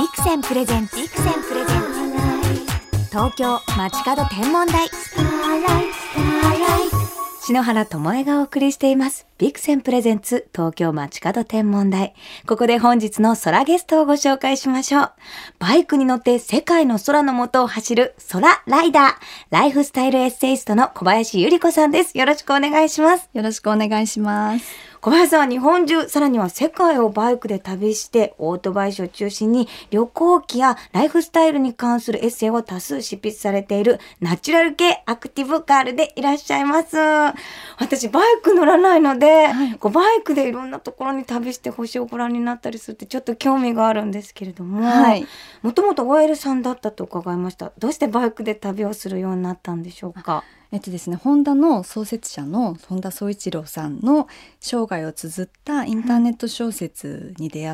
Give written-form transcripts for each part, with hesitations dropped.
ビクセンプレゼンツ東京街角天文台、篠原智恵がお送りしていますビクセンプレゼンツ東京街角天文台。ここで本日の空ゲストをご紹介しましょう。バイクに乗って世界の空の下を走る空ライダー、ライフスタイルエッセイストの小林百合子さんです。よろしくお願いします。 よろしくお願いします。 小林さんは日本中、さらには世界をバイクで旅して、オートバイ誌を中心に旅行記やライフスタイルに関するエッセイを多数執筆されているナチュラル系アクティブガールでいらっしゃいます。私バイク乗らないので、バイクでいろんなところに旅して星をご覧になったりするってちょっと興味があるんですけれども、もともと OL さんだったと伺いました。どうしてバイクで旅をするようになったんでしょうか？ ですね、ホンダの創設者の本田宗一郎さんの生涯を綴ったインターネット小説に出会って、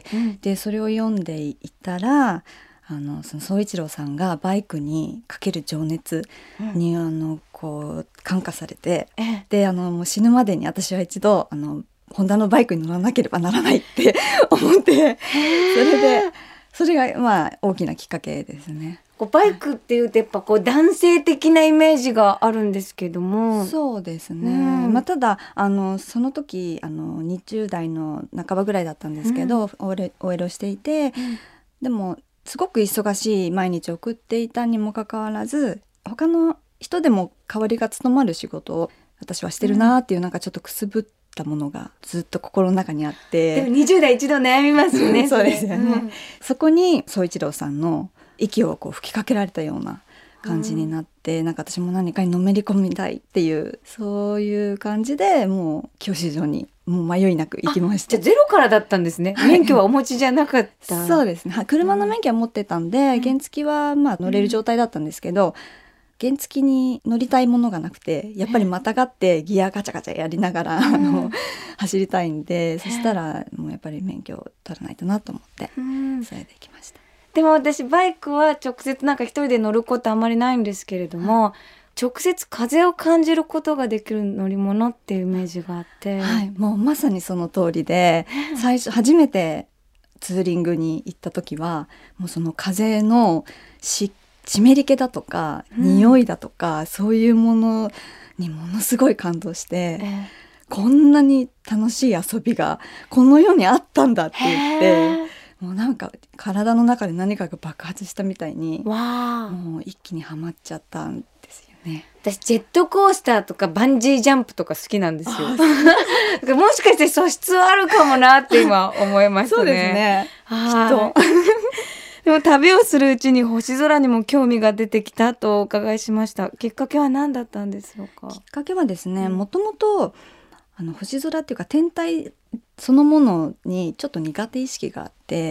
でそれを読んでいたらその宗一郎さんがバイクにかける情熱に、こう感化されて、でもう死ぬまでに私は一度ホンダのバイクに乗らなければならないって思って、それがまあ大きなきっかけですね。 バイクっていうとやっぱこう男性的なイメージがあるんですけども。 そうですね、ただその時20代の半ばぐらいだったんですけど、OL をしていて、でもすごく忙しい毎日を送っていたにもかかわらず、他の人でも代わりが務まる仕事を私はしてるなっていう、なんかちょっとくすぶったものがずっと心の中にあって。 でも20代一度悩みますよね。 そうですよね、そこに宗一郎さんの息をこう吹きかけられたような感じになって、なんか私も何かにのめり込みたいっていう、そういう感じでもう教習所にもう迷いなく行きました。 じゃあゼロからだったんですね。免許はお持ちじゃなかった？ そうですね、車の免許は持ってたんで、原付はまあ乗れる状態だったんですけど、原付に乗りたいものがなくて、やっぱりまたがってギアガチャガチャやりながら、走りたいんで、そしたらもうやっぱり免許を取らないとなと思って、それで行きました。 でも私バイクは直接なんか一人で乗ることあまりないんですけれども、直接風を感じることができる乗り物っていうイメージがあって、 もうまさにその通りで、最初初めてツーリングに行った時はもうその風の湿り気だとか匂いだとか、そういうものにものすごい感動して、こんなに楽しい遊びがこの世にあったんだって言って、もうなんか体の中で何かが爆発したみたいに、もう一気にはまっちゃったんですよね。 私ジェットコースターとかバンジージャンプとか好きなんですよ。もしかして素質はあるかもなって今思いましたね。 そうですね、きっと。 でも旅をするうちに星空にも興味が出てきたとお伺いしました。きっかけは何だったんでしょうか？ きっかけはですね、もともと星空っていうか天体そのものにちょっと苦手意識があって。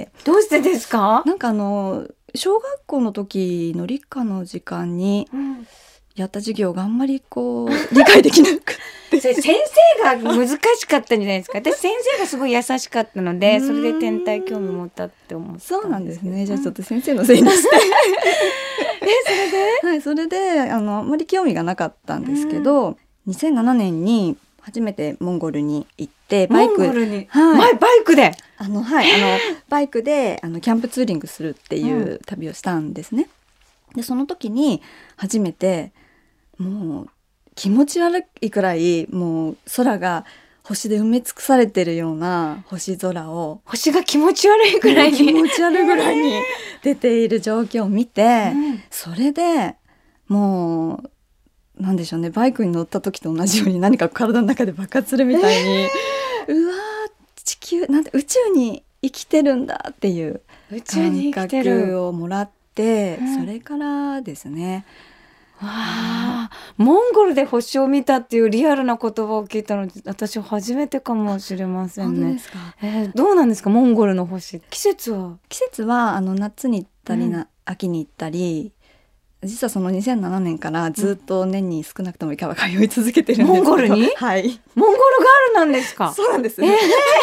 どうしてですか？ なんか小学校の時の理科の時間にやった授業があんまりこう理解できなくて先生が難しかったんじゃないですか？私先生がすごい優しかったので、それで天体興味持ったって思ったんですけど。 そうなんですね。じゃあちょっと先生のせいにしてそれであんまり興味がなかったんですけど、2007年に初めてモンゴルに行ってバイクでバイクでキャンプツーリングするっていう旅をしたんですね。でその時に初めてもう気持ち悪いくらいもう空が星で埋め尽くされてるような星空を、 星が気持ち悪いぐらいに気持ち悪いぐらいに出ている状況を見て、それでもうなんでしょうね、バイクに乗った時と同じように何か体の中で爆発するみたいに、うわー地球なんて宇宙に生きてるんだっていう感覚をもらって、それからですね。 モンゴルで星を見たっていうリアルな言葉を聞いたので、私初めてかもしれませんね。 本当ですか？ どうなんですかモンゴルの星？季節は夏に行ったり秋に行ったり、実はその2007年からずっと年に少なくとも1回は通い続けてるんですけど、 モンゴルに？ はい。 モンゴルガールなんですか？ そうなんです。 うわ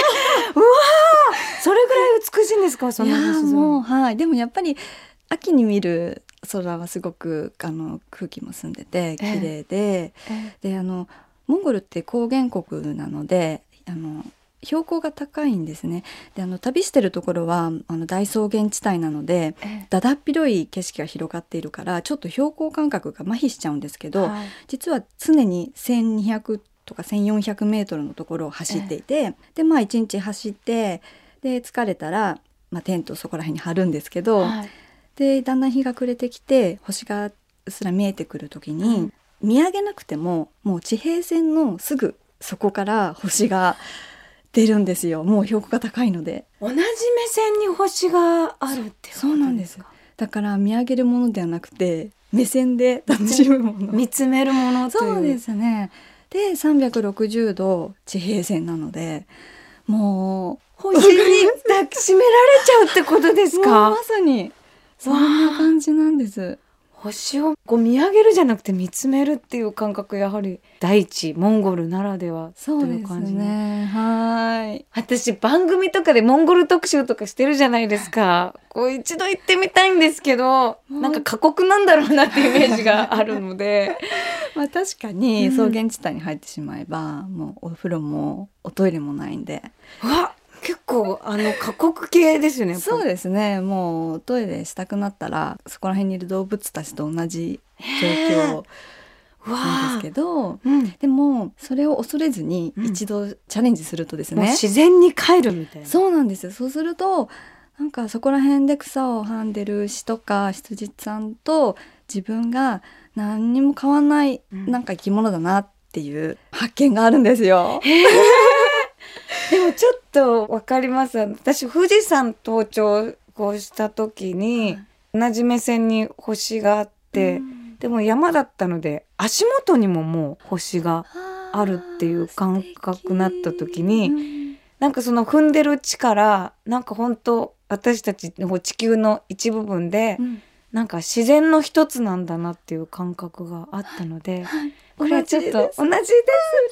それぐらい美しいんですか？その星空。 いやもうでもやっぱり秋に見る空はすごく空気も澄んでて綺麗で、でモンゴルって高原国なので標高が高いんですね。で旅してるところは大草原地帯なので、だだっ広い景色が広がっているからちょっと標高感覚が麻痺しちゃうんですけど、 はい、 実は常に1200とか1400メートルのところを走っていて、で1日走ってで疲れたら、テントをそこら辺に張るんですけど、 はい、 でだんだん日が暮れてきて星がうっすら見えてくる時に、見上げなくてももう地平線のすぐそこから星が出るんですよ。もう標高が高いので同じ目線に星があるっていうことですか？ そうなんです。だから見上げるものではなくて目線で楽しむもの、 見つめるものという。 そうですね。で360度地平線なのでもう星に抱きしめられちゃうってことですか？ もうまさにそんな感じなんです。 星をこう見上げるじゃなくて見つめるっていう感覚、やはり大地モンゴルならではという感じ。 そうですね。はい。 私番組とかでモンゴル特集とかしてるじゃないですか。こう一度行ってみたいんですけど、なんか過酷なんだろうなっていうイメージがあるので確かに草原地帯に入ってしまえば、もうお風呂もおトイレもないんで、 うわ、結構過酷系ですよね。 そうですね。もうトイレしたくなったらそこら辺にいる動物たちと同じ状況なんですけど、でもそれを恐れずに一度チャレンジするとですね、 もう自然に帰るみたいな。 そうなんですよ。そうするとなんかそこら辺で草をはんでる牛とか羊さんと自分が何にも変わんない、なんか生き物だなっていう発見があるんですよ。 でもちょっとわかります。私富士山登頂をした時に、同じ目線に星があって、でも山だったので足元にももう星があるっていう感覚になった時に、なんかその踏んでる地からなんか本当私たちの地球の一部分で、なんか自然の一つなんだなっていう感覚があったので、これはちょっと同じです。嬉しい。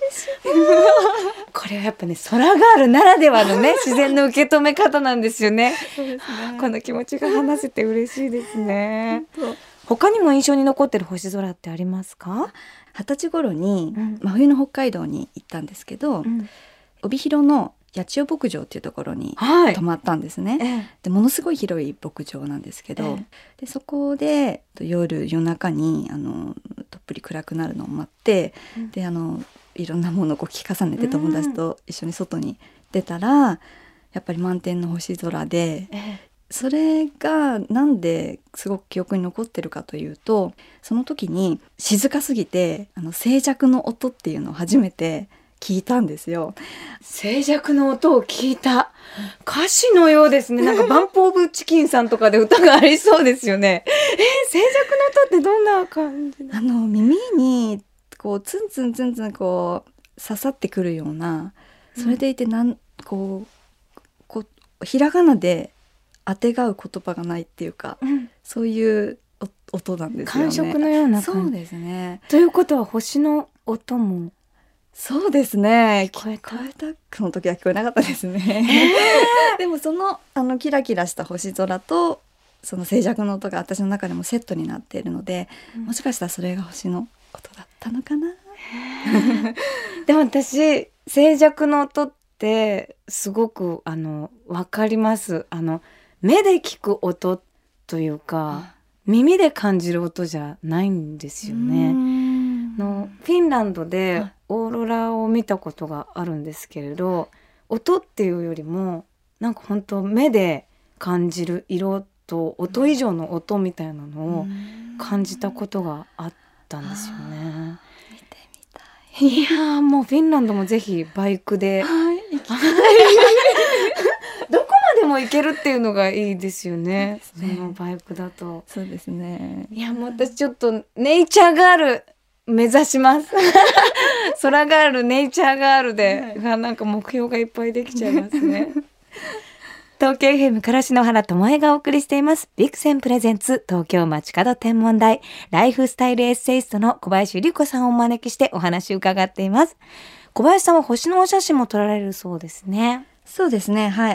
これはやっぱね、空があるならではのね自然の受け止め方なんですよね。 そうですね。 この気持ちが話せて嬉しいですね。他にも印象に残ってる星空ってありますか ？20歳頃に真冬の北海道に行ったんですけど、帯広の八千代牧場っていうところに泊まったんですね。でものすごい広い牧場なんですけど、でそこで夜中にとっぷり暗くなるのを待って、でいろんなものをこう着重ねて友達と一緒に外に出たら、やっぱり満天の星空で、それがなんですごく記憶に残ってるかというと、その時に静かすぎて静寂の音っていうのを初めて聞いたんですよ。 静寂の音を聞いた。歌詞のようですね。なんかバンプオブチキンさんとかで歌がありそうですよね。静寂の音ってどんな感じ？ 耳にこうツンツンツンツンこう刺さってくるような、それでいてこうひらがなで当てがう言葉がないっていうか、そういう音なんですよね。 感触のような感じ。 そうですね。 ということは星の音もそうですね。 聞こえたその時は聞こえなかったですね。でもそのキラキラした星空とその静寂の音が私の中でもセットになっているので、もしかしたらそれが星の音だったのかな。 でも私静寂の音ってすごくわかります。目で聞く音というか、耳で感じる音じゃないんですよね。フィンランドでオーロラを見たことがあるんですけれど、音っていうよりもなんか本当目で感じる色と音以上の音みたいなのを感じたことがあったんですよね。 見てみたい。 いやもうフィンランドもぜひバイクで、 行きたい。 どこまでも行けるっていうのがいいですよね。そのバイクだと。 そうですね。 いやもう私ちょっとネイチャーガール目指します空ガール、ネイチャーガールで、なんか目標がいっぱいできちゃいますね。東京 FM から篠原智恵がお送りしていますビクセンプレゼンツ東京街角天文台、ライフスタイルエッセイストの小林理子さんをお招きしてお話を伺っています。小林さんは星のお写真も撮られるそうですね。 そうですね。はい。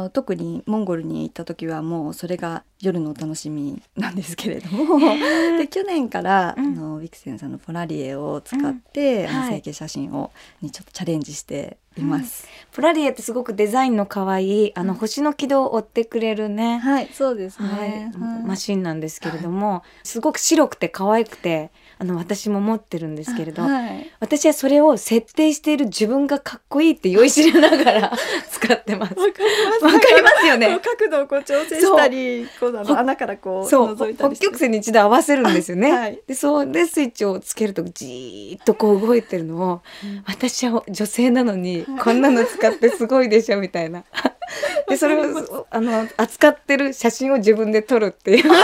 特にモンゴルに行った時はもうそれが夜のお楽しみなんですけれどもで去年から、ウィクセンさんのポラリエを使って、成形写真にちょっとチャレンジしています。 プラリエってすごくデザインの可愛い星の軌道を追ってくれるね、 はい、そうですね、 マシンなんですけれども、すごく白くて可愛くて私も持ってるんですけれど、私はそれを設定している自分がかっこいいって酔いしれながら使ってます。わかりますよね。 角度をこう調整したり、こう穴からこう覗いたりして、 北極星に一度合わせるんですよね。でそうでスイッチをつけるとじーっとこう動いてるのを、私は女性なのにこんなの使ってすごいでしょみたいなでそれを扱ってる写真を自分で撮るっていう楽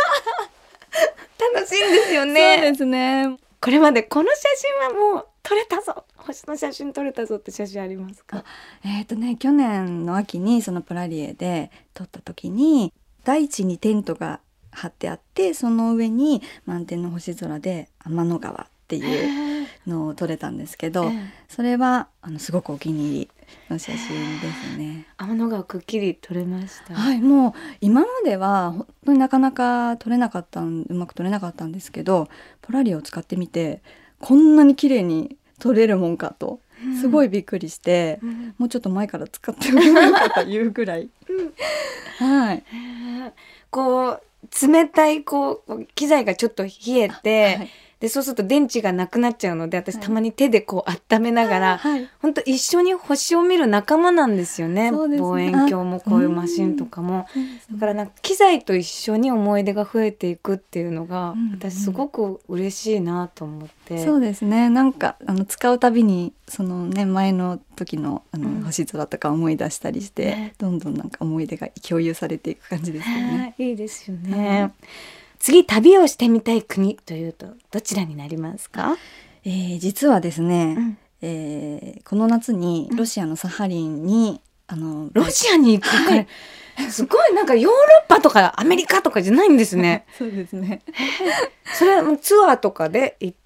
しいんですよね。 そうですね。 これまでこの写真はもう撮れたぞ、星の写真撮れたぞって写真ありますか？ 去年の秋にそのプラリエで撮った時に、大地にテントが張ってあって、その上に満天の星空で天の川っていうのを撮れたんですけど、それはすごくお気に入りの写真ですね。 天の川くっきり撮れました。 はい、もう今までは本当になかなかうまく撮れなかったんですけど、ポラリを使ってみてこんなに綺麗に撮れるもんかとすごいびっくりして、もうちょっと前から使ってみようかというぐらい、はい、 こう冷たい機材がちょっと冷えて、はい、でそうすると電池がなくなっちゃうので、私たまに手でこう温めながら、本当一緒に星を見る仲間なんですよね。望遠鏡もこういうマシンとかも、だから機材と一緒に思い出が増えていくっていうのが、私すごく嬉しいなと思って。 そうですね、なんか使うたびにそのね、前の時の星空とか思い出したりして、どんどんなんか思い出が共有されていく感じですよね。 いいですよね。次旅をしてみたい国というとどちらになりますか？ 実はですね、この夏にロシアのサハリンに、 ロシアに行くから、すごいなんかヨーロッパとかアメリカとかじゃないんですね。 そうですね。 それはツアーとかで行って、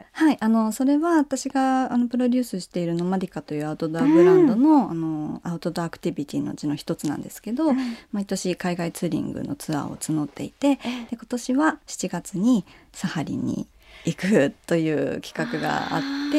はい、それは私がプロデュースしているノマディカというアウトドアブランドの、アウトドアアクティビティのうちの一つなんですけど、毎年海外ツーリングのツアーを募っていて、で今年は7月にサハリンに行くという企画があって、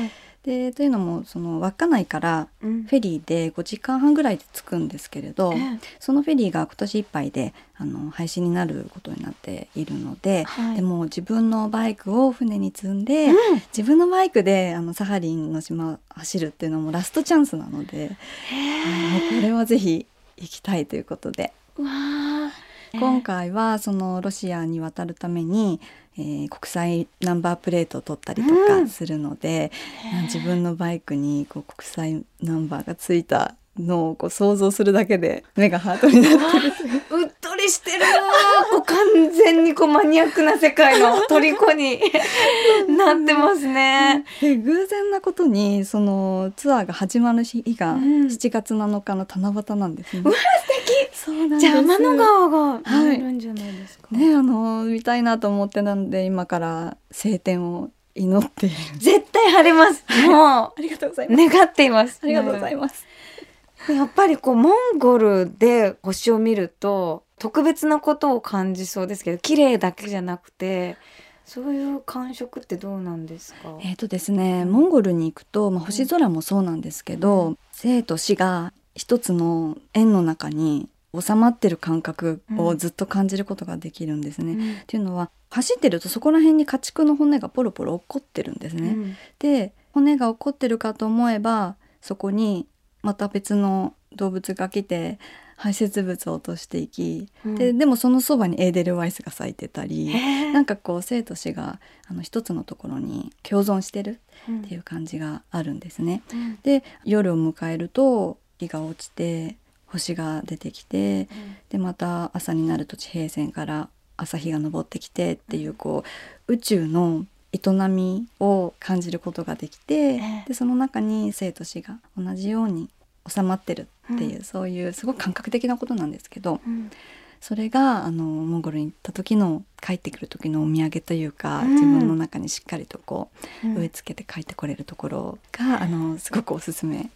でというのもその稚内からフェリーで5時間半ぐらいで着くんですけれど、そのフェリーが今年いっぱいで廃止になることになっているので、でも自分のバイクを船に積んで、自分のバイクでサハリンの島を走るっていうのもラストチャンスなので、もうこれはぜひ行きたいということで、今回はそのロシアに渡るために、国際ナンバープレートを取ったりとかするので、自分のバイクに国際ナンバーがついたのを想像するだけで目がハートになってるといううっとりしてる完全にマニアックな世界の虜になってますね。 で偶然なことにそのツアーが始まる日が7月7日の七夕なんですね。 うわ素敵。 そうなんです。 じゃあ天の川が見えるんじゃないですか、 見たいなと思って、なんで今から晴天を祈っている。 絶対晴れます。もうありがとうございます。 願っています。 ありがとうございます。 やっぱりモンゴルで星を見ると特別なことを感じそうですけど、綺麗だけじゃなくてそういう感触ってどうなんですか？ ですね、モンゴルに行くと、星空もそうなんですけど、生と死が一つの円の中に収まってる感覚をずっと感じることができるんですね。っていうのは、走ってるとそこら辺に家畜の骨がポロポロ落っこってるんですね。で骨が落っこってるかと思えば、そこにまた別の動物が来て排泄物を落としていき、でもそのそばにエーデルワイスが咲いてたり、なんか生と死が一つのところに共存してるっていう感じがあるんですね。で夜を迎えると日が落ちて星が出てきて、でまた朝になると地平線から朝日が昇ってきてっていう、宇宙の営みを感じることができて、でその中に生と死が同じように収まってるっていう、そういうすごく感覚的なことなんですけど、それがモンゴルに行った時の帰ってくる時のお土産というか、自分の中にしっかりと植え付けて帰ってこれるところがすごくおすすめです。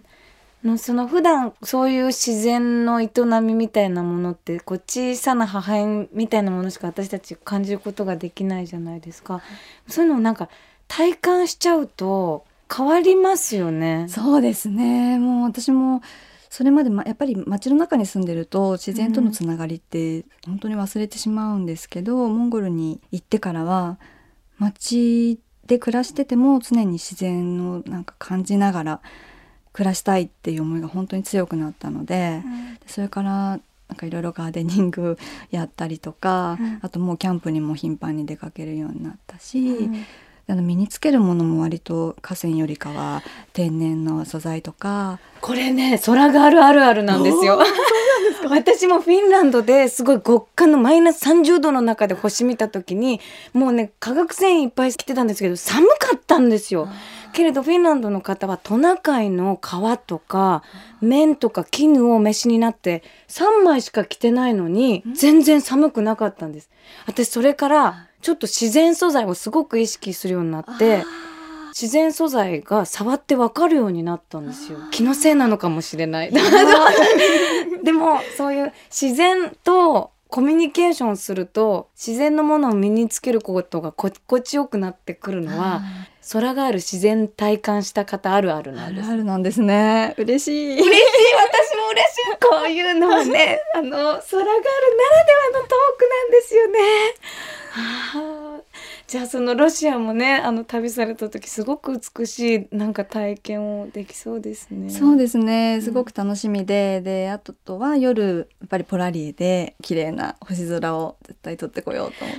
その普段そういう自然の営みみたいなものって小さな破片みたいなものしか私たち感じることができないじゃないですか。そういうのをなんか体感しちゃうと変わりますよね。 そうですね。もう私もそれまで、やっぱり街の中に住んでると自然とのつながりって本当に忘れてしまうんですけど、モンゴルに行ってからは街で暮らしてても常に自然をなんか感じながら暮らしたいっていう思いが本当に強くなったので、それからなんかいろいろガーデニングやったりとか、あともうキャンプにも頻繁に出かけるようになったし、身につけるものも割と河川よりかは天然の素材とか。 これね、空があるあるあるなんですよ。私もフィンランドですごい極寒のマイナス30度の中で星見た時に、もうね化学繊維いっぱい着てたんですけど寒かったんですよ。けれどフィンランドの方はトナカイの皮とか綿とか絹をお召しになって3枚しか着てないのに全然寒くなかったんです。私それからちょっと自然素材をすごく意識するようになって、自然素材が触って分かるようになったんですよ。気のせいなのかもしれない。でもそういう自然とコミュニケーションすると自然のものを身につけることが心地よくなってくるのは、空がある自然体感した方あるあるなんです。 あるあるなんですね。嬉しい。 嬉しい。私も嬉しい。こういうのはね、空があるならではのトークなんですよね。じゃあそのロシアもね、旅された時すごく美しいなんか体験をできそうですね。 そうですね、すごく楽しみで、あとは夜やっぱりポラリーで綺麗な星空を絶対撮ってこようと思って。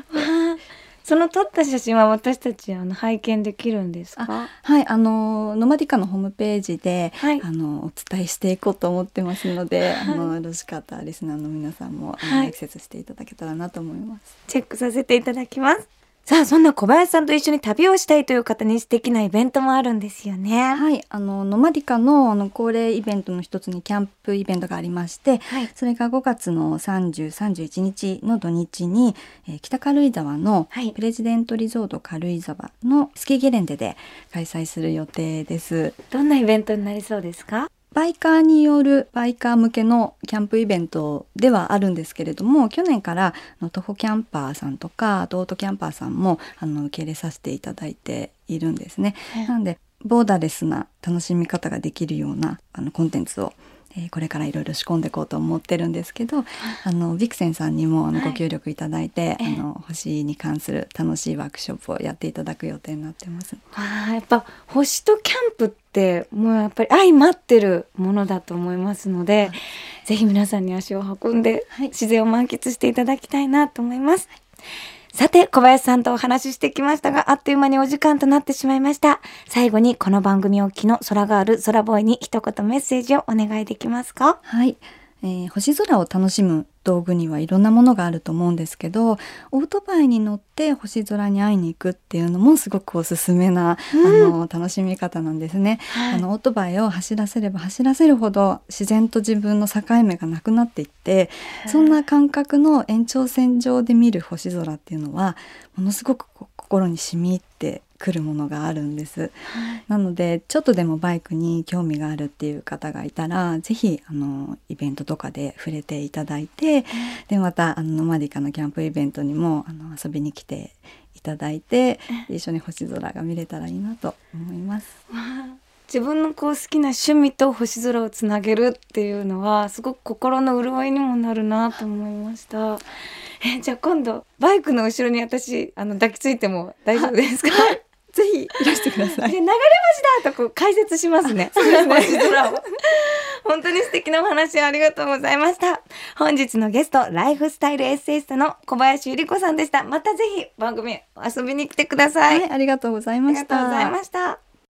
その撮った写真は私たち拝見できるんですか？ はい、ノマディカのホームページで、 はい、 お伝えしていこうと思ってますので、 はい、 よろしかったらリスナーの皆さんも、アクセスしていただけたらなと思います。 チェックさせていただきます。さあ、そんな小林さんと一緒に旅をしたいという方に素敵なイベントもあるんですよね。 はい、ノマディカの恒例イベントの一つにキャンプイベントがありまして、はい、それが5月の30、31日の土日に、北軽井沢のプレジデントリゾート軽井沢のスキーゲレンデで開催する予定です。 どんなイベントになりそうですか？ バイカーによるバイカー向けのキャンプイベントではあるんですけれども、去年から徒歩キャンパーさんとかオートキャンパーさんも受け入れさせていただいているんですね。なのでボーダーレスな楽しみ方ができるようなコンテンツをこれからいろいろ仕込んでいこうと思ってるんですけど、ビクセンさんにもご協力いただいて、星に関する楽しいワークショップをやっていただく予定になってます。 やっぱ星とキャンプってもうやっぱり相まってるものだと思いますので、ぜひ皆さんに足を運んで自然を満喫していただきたいなと思います。さて、小林さんとお話ししてきましたが、あっという間にお時間となってしまいました。最後にこの番組をお聞きの空がある空ボーイに一言メッセージをお願いできますか？ はい、星空を楽しむ道具にはいろんなものがあると思うんですけど、オートバイに乗って星空に会いに行くっていうのもすごくおすすめな、楽しみ方なんですね。オートバイを走らせれば走らせるほど自然と自分の境目がなくなっていって、そんな感覚の延長線上で見る星空っていうのはものすごく心に染み入ってくるものがあるんです。なのでちょっとでもバイクに興味があるっていう方がいたら、ぜひイベントとかで触れていただいて、でまたノマディカのキャンプイベントにも遊びに来ていただいて、一緒に星空が見れたらいいなと思います。 自分の好きな趣味と星空をつなげるっていうのはすごく心の潤いにもなるなと思いました。じゃあ今度バイクの後ろに私抱きついても大丈夫ですか？ ぜひいらしてください。 流れ星だと解説しますね。そうですね。星空を本当に素敵なお話ありがとうございました。本日のゲスト、ライフスタイルエッセイストの小林ゆり子さんでした。またぜひ番組遊びに来てください。 はい、ありがとうございました。 ありがとうございました。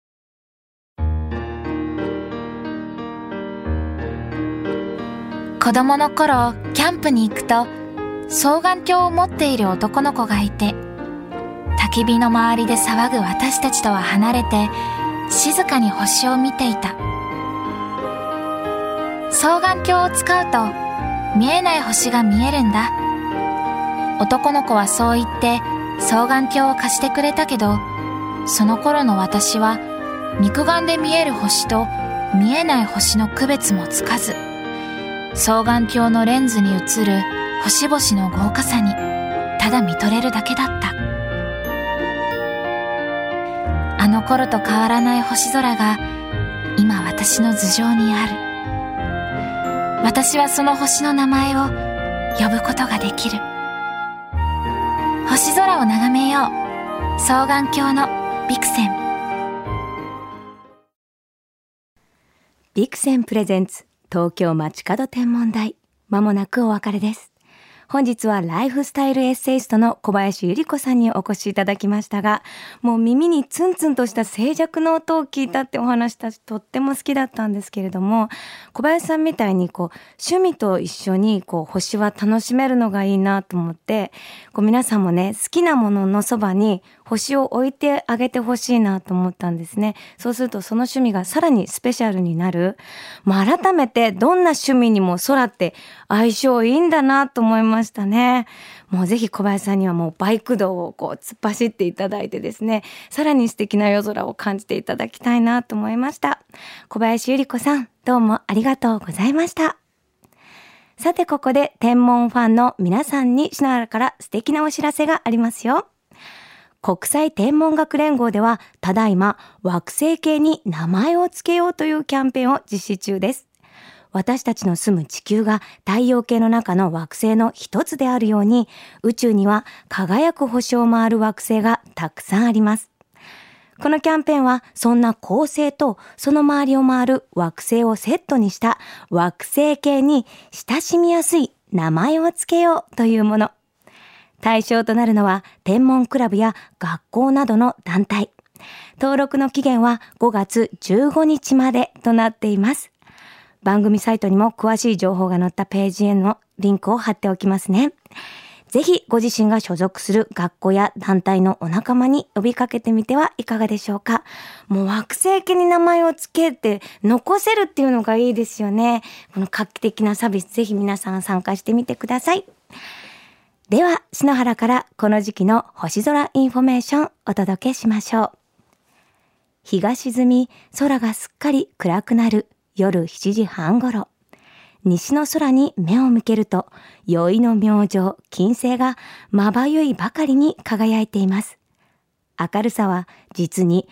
子供の頃、キャンプに行くと双眼鏡を持っている男の子がいて、焚き火の周りで騒ぐ私たちとは離れて静かに星を見ていた。双眼鏡を使うと見えない星が見えるんだ。男の子はそう言って双眼鏡を貸してくれたけど、その頃の私は肉眼で見える星と見えない星の区別もつかず、双眼鏡のレンズに映る星々の豪華さにただ見とれるだけだった。 あの頃と変わらない星空が今私の頭上にある。私はその星の名前を呼ぶことができる。星空を眺めよう。双眼鏡のビクセン。 ビクセンプレゼンツ東京街角天文台、まもなくお別れです。本日はライフスタイルエッセイストの小林百合子さんにお越しいただきましたが、もう耳にツンツンとした静寂の音を聞いたってお話たちとっても好きだったんですけれども、小林さんみたいに趣味と一緒に星は楽しめるのがいいなと思って、皆さんもね、好きなもののそばに星を置いてあげてほしいなと思ったんですね。そうするとその趣味がさらにスペシャルになる。改めてどんな趣味にも空って相性いいんだなと思いましたね。もうぜひ小林さんにはもうバイク道を突っ走っていただいてですね、さらに素敵な夜空を感じていただきたいなと思いました。小林百合子さん、どうもありがとうございました。さてここで天文ファンの皆さんに篠原から素敵なお知らせがありますよ。国際天文学連合ではただいま惑星系に名前を付けようというキャンペーンを実施中です。私たちの住む地球が太陽系の中の惑星の一つであるように、宇宙には輝く星を回る惑星がたくさんあります。このキャンペーンはそんな恒星とその周りを回る惑星をセットにした惑星系に親しみやすい名前を付けようというもの。対象となるのは天文クラブや学校などの団体。登録の期限は5月15日までとなっています。番組サイトにも詳しい情報が載ったページへのリンクを貼っておきますね。ぜひご自身が所属する学校や団体のお仲間に呼びかけてみてはいかがでしょうか。もう惑星系に名前を付けて残せるっていうのがいいですよね。この画期的なサービス、ぜひ皆さん参加してみてください。では篠原からこの時期の星空インフォメーションお届けしましょう。日が沈み空がすっかり暗くなる夜7時半ごろ、西の空に目を向けると宵の明星金星がまばゆいばかりに輝いています。明るさは実に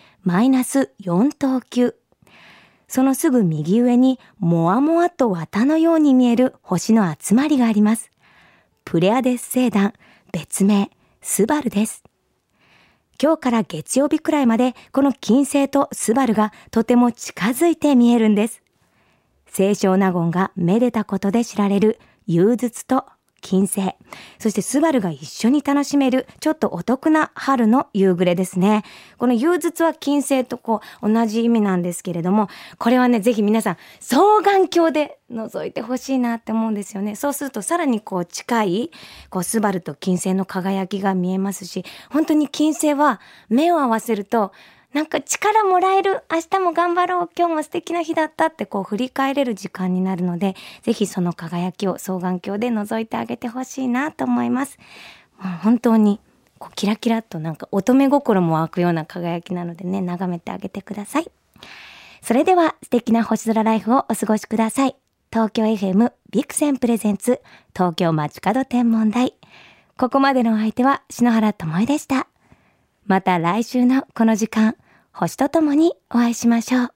-4等級。そのすぐ右上にもわもわと綿のように見える星の集まりがあります。プレアデス星団、別名スバルです。今日から月曜日くらいまでこの金星とスバルがとても近づいて見えるんです。清少納言がめでたことで知られる融月と金星、そしてスバルが一緒に楽しめるちょっとお得な春の夕暮れですね。この融月は金星と同じ意味なんですけれども、これはね、ぜひ皆さん双眼鏡で覗いてほしいなって思うんですよね。そうするとさらに近いスバルと金星の輝きが見えますし、本当に金星は目を合わせるとなんか力もらえる、明日も頑張ろう、今日も素敵な日だったって振り返れる時間になるので、ぜひその輝きを双眼鏡で覗いてあげてほしいなと思います。もう本当にキラキラっとなんか乙女心も湧くような輝きなのでね、眺めてあげてください。それでは素敵な星空ライフをお過ごしください。東京 FM ビクセンプレゼンツ東京街角天文台。ここまでのお相手は篠原智恵でした。また来週のこの時間、星とともにお会いしましょう。